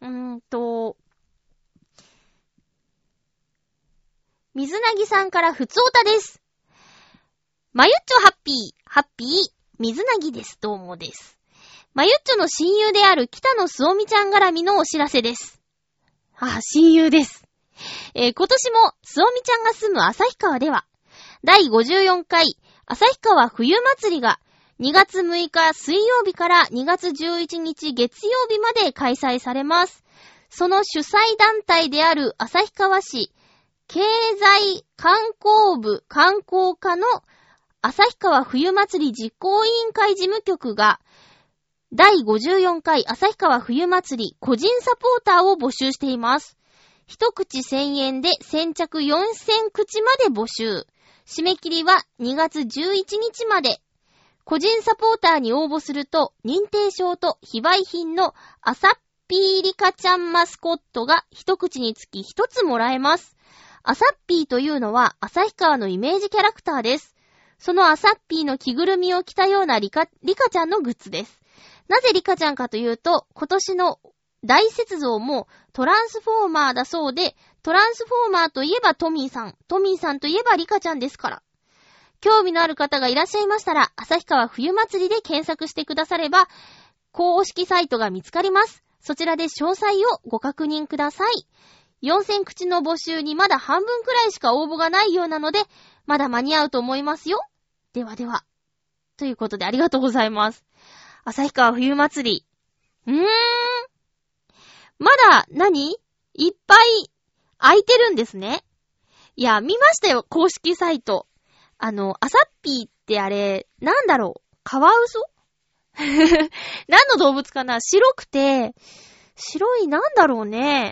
水なぎさんからふつおたです。まゆっちょハッピー、水なぎです。どうもです。まゆっちょの親友である北野すおみちゃん絡みのお知らせです。親友です。今年もすおみちゃんが住む旭川では、第54回旭川冬祭りが2月6日水曜日から2月11日月曜日まで開催されます。その主催団体である旭川市経済観光部観光課の旭川冬祭り実行委員会事務局が第54回旭川冬祭り個人サポーターを募集しています。一口1000円で先着4000口まで募集。締め切りは2月11日まで。個人サポーターに応募すると認定証と非売品のアサッピーリカちゃんマスコットが一口につき一つもらえます。アサッピーというのは旭川のイメージキャラクターです。そのアサッピーの着ぐるみを着たようなリカちゃんのグッズです。なぜリカちゃんかというと、今年の大雪像もトランスフォーマーだそうで、トランスフォーマーといえばトミーさんといえばリカちゃんですから。興味のある方がいらっしゃいましたら、旭川冬祭りで検索してくだされば、公式サイトが見つかります。そちらで詳細をご確認ください。4000口の募集にまだ半分くらいしか応募がないようなので、まだ間に合うと思いますよ。ではでは。ということでありがとうございます。旭川冬祭り。まだいっぱい空いてるんですね。いや、見ましたよ、公式サイト。アサッピーってあれ、なんだろう、カワウソ何の動物かな？白くて、白いなんだろうね。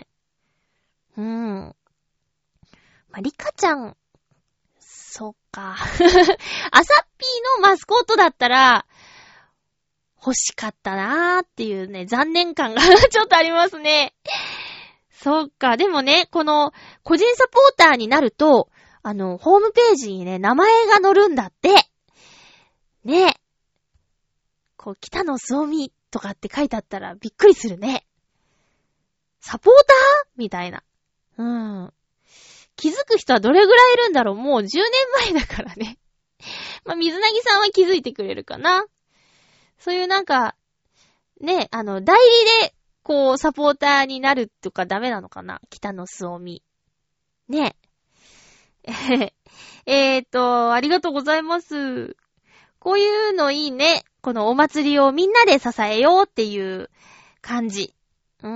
リカちゃん、そっか。アサッピーのマスコットだったら、欲しかったなーっていうね、残念感がちょっとありますね。そっか。でもね、この個人サポーターになると、ホームページにね、名前が載るんだって。ね。こう、北野すおみとかって書いてあったらびっくりするね。サポーターみたいな。 気づく人はどれぐらいいるんだろう。もう10年前だからね。まあ、水なぎさんは気づいてくれるかな。そういうなんか、ね、代理で、こう、サポーターになるとかダメなのかな。北のすおみ。ね。ありがとうございます。こういうのいいね。このお祭りをみんなで支えようっていう感じ。うん。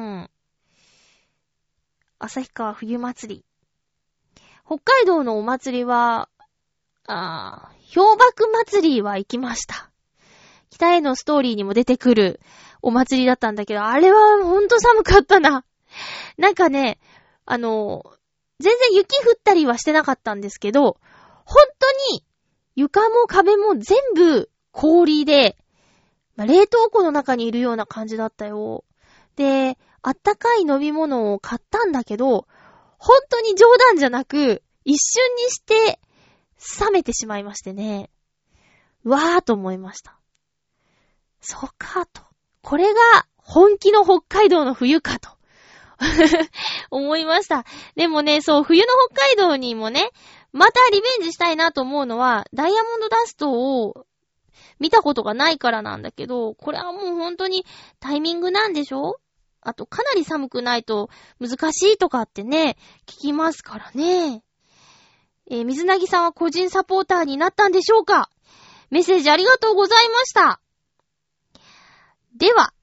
旭川冬祭り。北海道のお祭りは、氷瀑祭りは行きました。北へのストーリーにも出てくるお祭りだったんだけど、あれはほんと寒かったな。なんかね、全然雪降ったりはしてなかったんですけど、本当に床も壁も全部氷で、冷凍庫の中にいるような感じだったよ。で、あったかい飲み物を買ったんだけど、本当に冗談じゃなく、一瞬にして冷めてしまいましてね。わーと思いました。そうかと。これが本気の北海道の冬かと。思いました。でもね、そう、冬の北海道にもね、またリベンジしたいなと思うのは、ダイヤモンドダストを見たことがないからなんだけど、これはもう本当にタイミングなんでしょ？あと、かなり寒くないと難しいとかってね、聞きますからね。水なぎさんは個人サポーターになったんでしょうか？メッセージありがとうございました。では、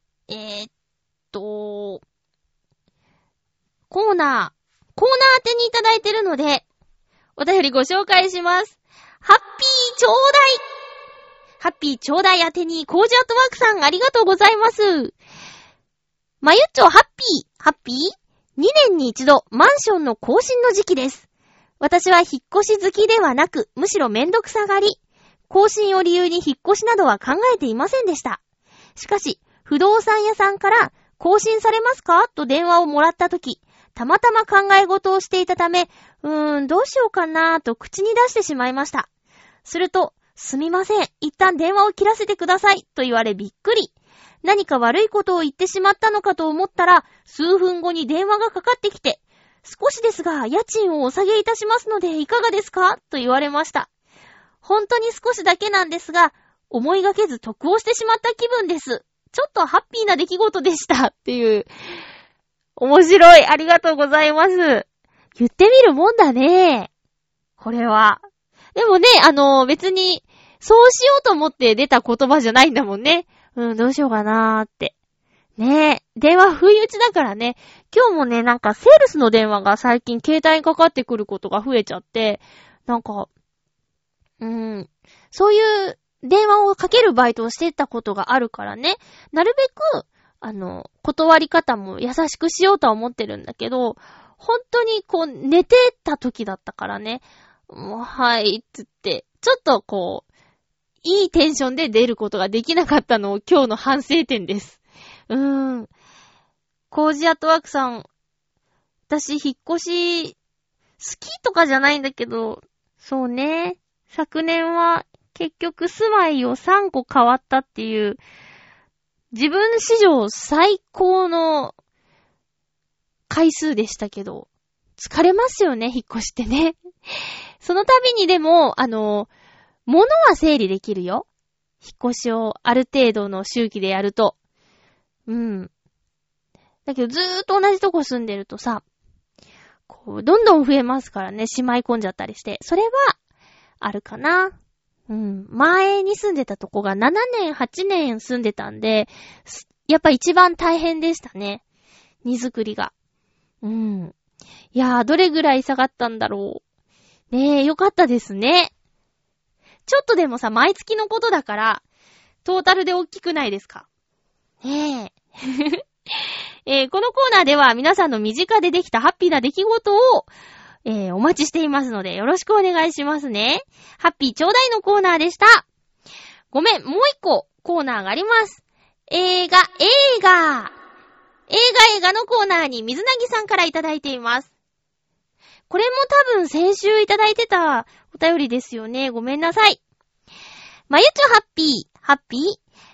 コーナー宛てにいただいてるので、お便りご紹介します。ハッピーちょうだい！ハッピーちょうだい宛てに、コージアットワークさんありがとうございます。まゆっちょハッピー ?2 年に一度マンションの更新の時期です。私は引っ越し好きではなく、むしろめんどくさがり、更新を理由に引っ越しなどは考えていませんでした。しかし、不動産屋さんから更新されますかと電話をもらったとき、たまたま考え事をしていたため、どうしようかなと口に出してしまいました。すると、すみません、一旦電話を切らせてくださいと言われびっくり。何か悪いことを言ってしまったのかと思ったら、数分後に電話がかかってきて、少しですが家賃をお下げいたしますのでいかがですかと言われました。本当に少しだけなんですが、思いがけず得をしてしまった気分です。ちょっとハッピーな出来事でしたっていう。面白い。ありがとうございます。言ってみるもんだね。これは。でもね、別に、そうしようと思って出た言葉じゃないんだもんね。どうしようかなーって。ねえ、電話不意打ちだからね。今日もね、なんかセールスの電話が最近携帯にかかってくることが増えちゃって、なんか、そういう電話をかけるバイトをしてたことがあるからね。なるべく、断り方も優しくしようとは思ってるんだけど、本当にこう寝てた時だったからね。もうはいつって、ちょっとこう、いいテンションで出ることができなかったのを今日の反省点です。コージアットワークさん、私引っ越し好きとかじゃないんだけど、そうね、昨年は結局住まいを3個変わったっていう、自分史上最高の回数でしたけど、疲れますよね、引っ越しってね。その度にでも、物は整理できるよ。引っ越しをある程度の周期でやると。だけどずーっと同じとこ住んでるとさ、こう、どんどん増えますからね、しまい込んじゃったりして。それは、あるかな。前に住んでたとこが7年、8年住んでたんで、やっぱ一番大変でしたね。荷造りが。いやー、どれぐらい下がったんだろう。ねえ、よかったですね。ちょっとでもさ、毎月のことだから、トータルで大きくないですか。ねえ。このコーナーでは皆さんの身近でできたハッピーな出来事を、お待ちしていますのでよろしくお願いしますね。ハッピーちょうだいのコーナーでした。ごめん、もう一個コーナーがあります。映画のコーナーに水なぎさんからいただいています。これも多分先週いただいてたお便りですよね。ごめんなさい。まゆちょハッピー。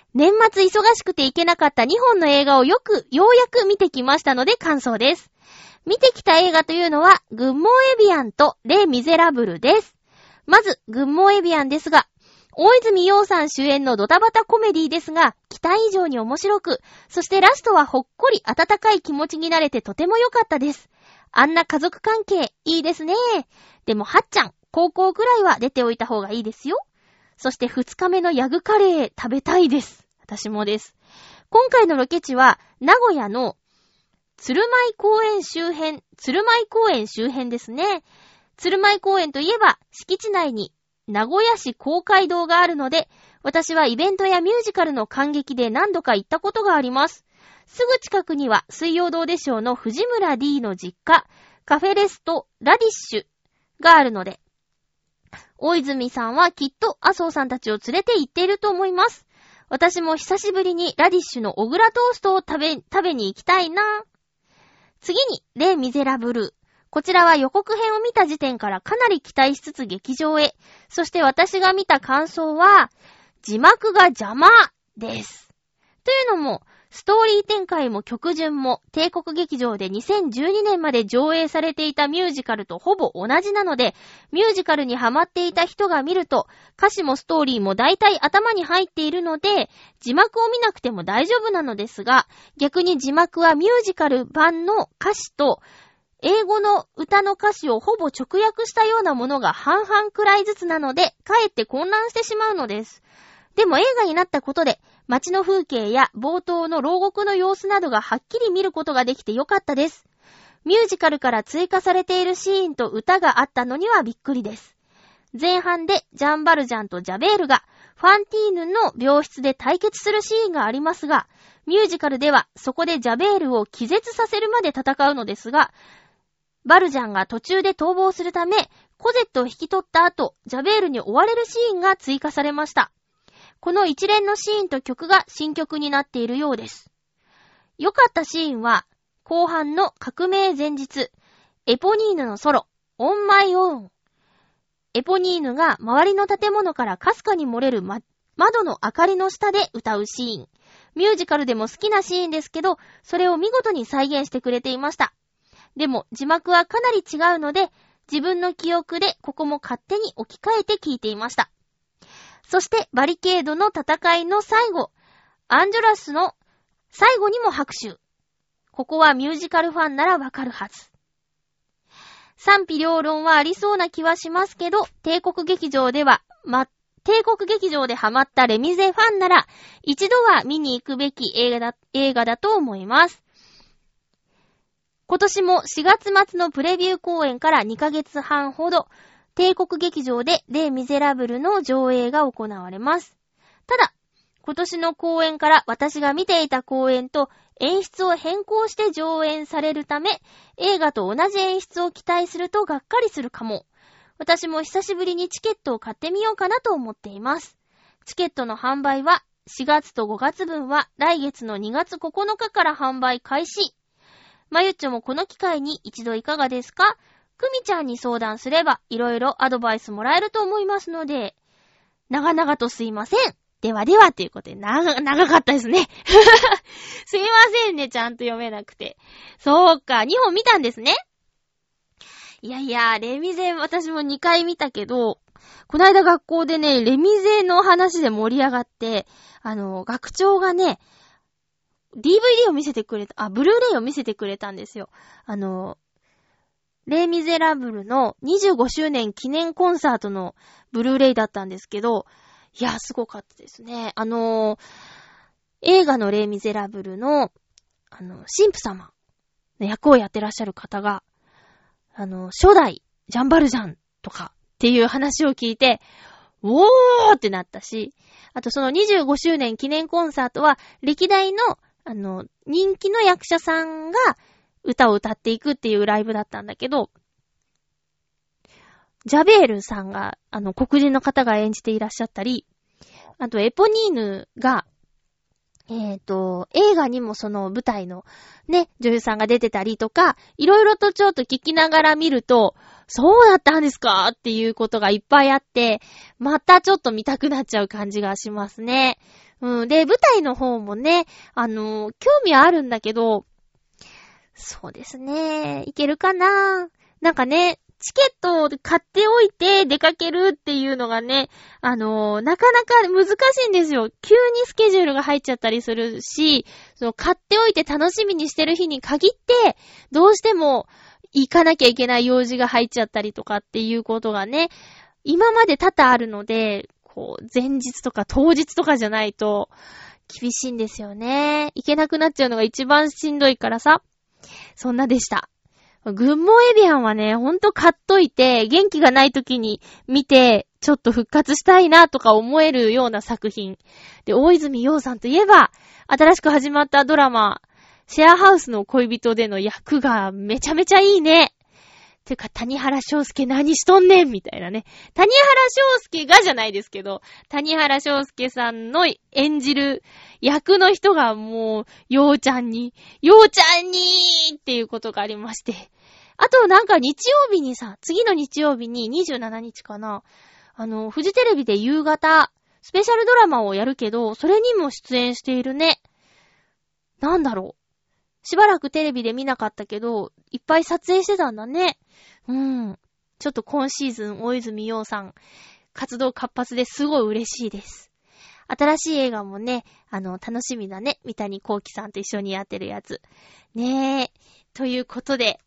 年末忙しくて行けなかった2本の映画をようやく見てきましたので感想です。見てきた映画というのは、グッモーエビアンとレイ・ミゼラブルです。まず、グッモーエビアンですが、大泉洋さん主演のドタバタコメディですが、期待以上に面白く、そしてラストはほっこり温かい気持ちになれてとても良かったです。あんな家族関係、いいですね。でも、はっちゃん、高校くらいは出ておいた方がいいですよ。そして2日目のヤグカレー食べたいです。私もです。今回のロケ地は、名古屋の鶴舞公園周辺ですね。鶴舞公園といえば、敷地内に名古屋市公会堂があるので、私はイベントやミュージカルの観劇で何度か行ったことがあります。すぐ近くには水曜どうでしょうの藤村 D の実家、カフェレストラディッシュがあるので、大泉さんはきっと麻生さんたちを連れて行っていると思います。私も久しぶりにラディッシュの小倉トーストを食べに行きたいな。次に、レイ・ミゼラブル。こちらは予告編を見た時点からかなり期待しつつ劇場へ。そして私が見た感想は、字幕が邪魔です。というのも、ストーリー展開も曲順も帝国劇場で2012年まで上映されていたミュージカルとほぼ同じなので、ミュージカルにハマっていた人が見ると、歌詞もストーリーも大体頭に入っているので、字幕を見なくても大丈夫なのですが、逆に字幕はミュージカル版の歌詞と、英語の歌の歌詞をほぼ直訳したようなものが半々くらいずつなので、かえって混乱してしまうのです。でも映画になったことで、街の風景や冒頭の牢獄の様子などがはっきり見ることができてよかったです。ミュージカルから追加されているシーンと歌があったのにはびっくりです。前半でジャンバルジャンとジャベールがファンティーヌの病室で対決するシーンがありますが、ミュージカルではそこでジャベールを気絶させるまで戦うのですが、バルジャンが途中で逃亡するため、コゼットを引き取った後、ジャベールに追われるシーンが追加されました。この一連のシーンと曲が新曲になっているようです。良かったシーンは、後半の革命前日、エポニーヌのソロ、オンマイオーン。エポニーヌが周りの建物からかすかに漏れる、窓の明かりの下で歌うシーン。ミュージカルでも好きなシーンですけど、それを見事に再現してくれていました。でも字幕はかなり違うので、自分の記憶でここも勝手に置き換えて聞いていました。そしてバリケードの戦いの最後、アンジョラスの最後にも拍手。ここはミュージカルファンならわかるはず。賛否両論はありそうな気はしますけど、帝国劇場でハマったレミゼファンなら一度は見に行くべき映画だと思います。今年も4月末のプレビュー公演から2ヶ月半ほど、帝国劇場でレイ・ミゼラブルの上映が行われます。ただ、今年の公演から私が見ていた公演と演出を変更して上演されるため、映画と同じ演出を期待するとがっかりするかも。私も久しぶりにチケットを買ってみようかなと思っています。チケットの販売は4月と5月分は来月の2月9日から販売開始。まゆっちょもこの機会に一度いかがですか？くみちゃんに相談すればいろいろアドバイスもらえると思いますので、長々とすいません。ではではということで長かったですね。すいませんね、ちゃんと読めなくて。そうか、2本見たんですね。いや、レミゼ私も2回見たけど、この間学校でね、レミゼの話で盛り上がって、学長がね、DVD を見せてくれた、ブルーレイを見せてくれたんですよ。レイ・ミゼラブルの25周年記念コンサートのブルーレイだったんですけど、いや、すごかったですね。映画のレイ・ミゼラブルの、神父様の役をやってらっしゃる方が、初代ジャンバルジャンとかっていう話を聞いて、おーってなったし、あとその25周年記念コンサートは歴代の人気の役者さんが歌を歌っていくっていうライブだったんだけど、ジャベールさんが、黒人の方が演じていらっしゃったり、あとエポニーヌが映画にもその舞台のね、女優さんが出てたりとか、いろいろとちょっと聞きながら見ると、そうだったんですかっていうことがいっぱいあって、またちょっと見たくなっちゃう感じがしますね。で、舞台の方もね、興味はあるんだけど、そうですね、いけるかな？なんかね、チケットを買っておいて出かけるっていうのがね、なかなか難しいんですよ。急にスケジュールが入っちゃったりするし、その買っておいて楽しみにしてる日に限って、どうしても行かなきゃいけない用事が入っちゃったりとかっていうことがね、今まで多々あるので、こう、前日とか当日とかじゃないと厳しいんですよね。行けなくなっちゃうのが一番しんどいからさ。そんなでした。グッモーエビアンはね、ほんと買っといて、元気がない時に見て、ちょっと復活したいなとか思えるような作品。で、大泉洋さんといえば、新しく始まったドラマ、シェアハウスの恋人での役がめちゃめちゃいいね。てか、谷原章介何しとんねんみたいなね。谷原章介がじゃないですけど、谷原章介さんの演じる役の人がもう、ようちゃんにっていうことがありまして。あとなんか日曜日にさ、次の日曜日に27日かな、フジテレビで夕方、スペシャルドラマをやるけど、それにも出演しているね。なんだろう。しばらくテレビで見なかったけど、いっぱい撮影してたんだね。ちょっと今シーズン、大泉洋さん、活動活発ですごい嬉しいです。新しい映画もね、楽しみだね。三谷幸喜さんと一緒にやってるやつ。ねえ。ということで、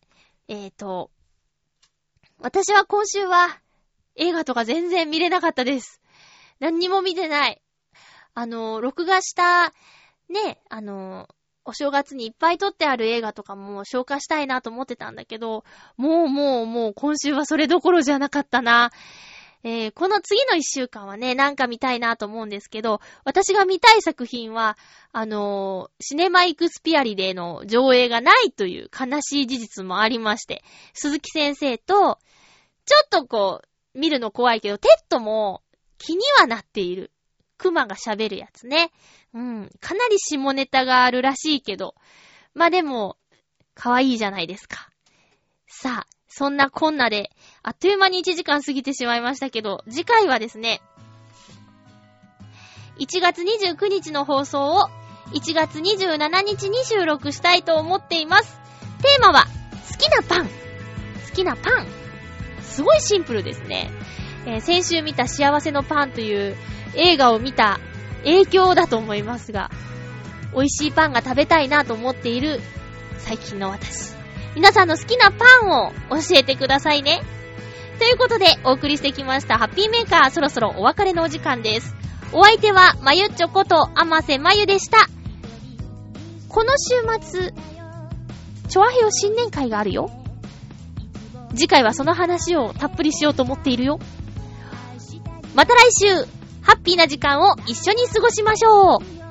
私は今週は、映画とか全然見れなかったです。何にも見てない。録画した、ね、お正月にいっぱい撮ってある映画とかも消化したいなと思ってたんだけど、もう今週はそれどころじゃなかったな。この次の1週間はね、なんか見たいなと思うんですけど、私が見たい作品は、シネマイクスピアリでの上映がないという悲しい事実もありまして、鈴木先生と、ちょっとこう、見るの怖いけど、テッドも気にはなっている。クマが喋るやつね。かなり下ネタがあるらしいけど、まあでも、可愛いじゃないですか。さあ、そんなこんなで、あっという間に1時間過ぎてしまいましたけど、次回はですね、1月29日の放送を1月27日に収録したいと思っています。テーマは、好きなパン。好きなパン。すごいシンプルですね。先週見た幸せのパンという映画を見た影響だと思いますが、美味しいパンが食べたいなと思っている最近の私。皆さんの好きなパンを教えてくださいね。ということでお送りしてきましたハッピーメーカー、そろそろお別れのお時間です。お相手はまゆっちょこと甘瀬まゆでした。この週末チョアヘヨ新年会があるよ。次回はその話をたっぷりしようと思っているよ。また来週ハッピーな時間を一緒に過ごしましょう。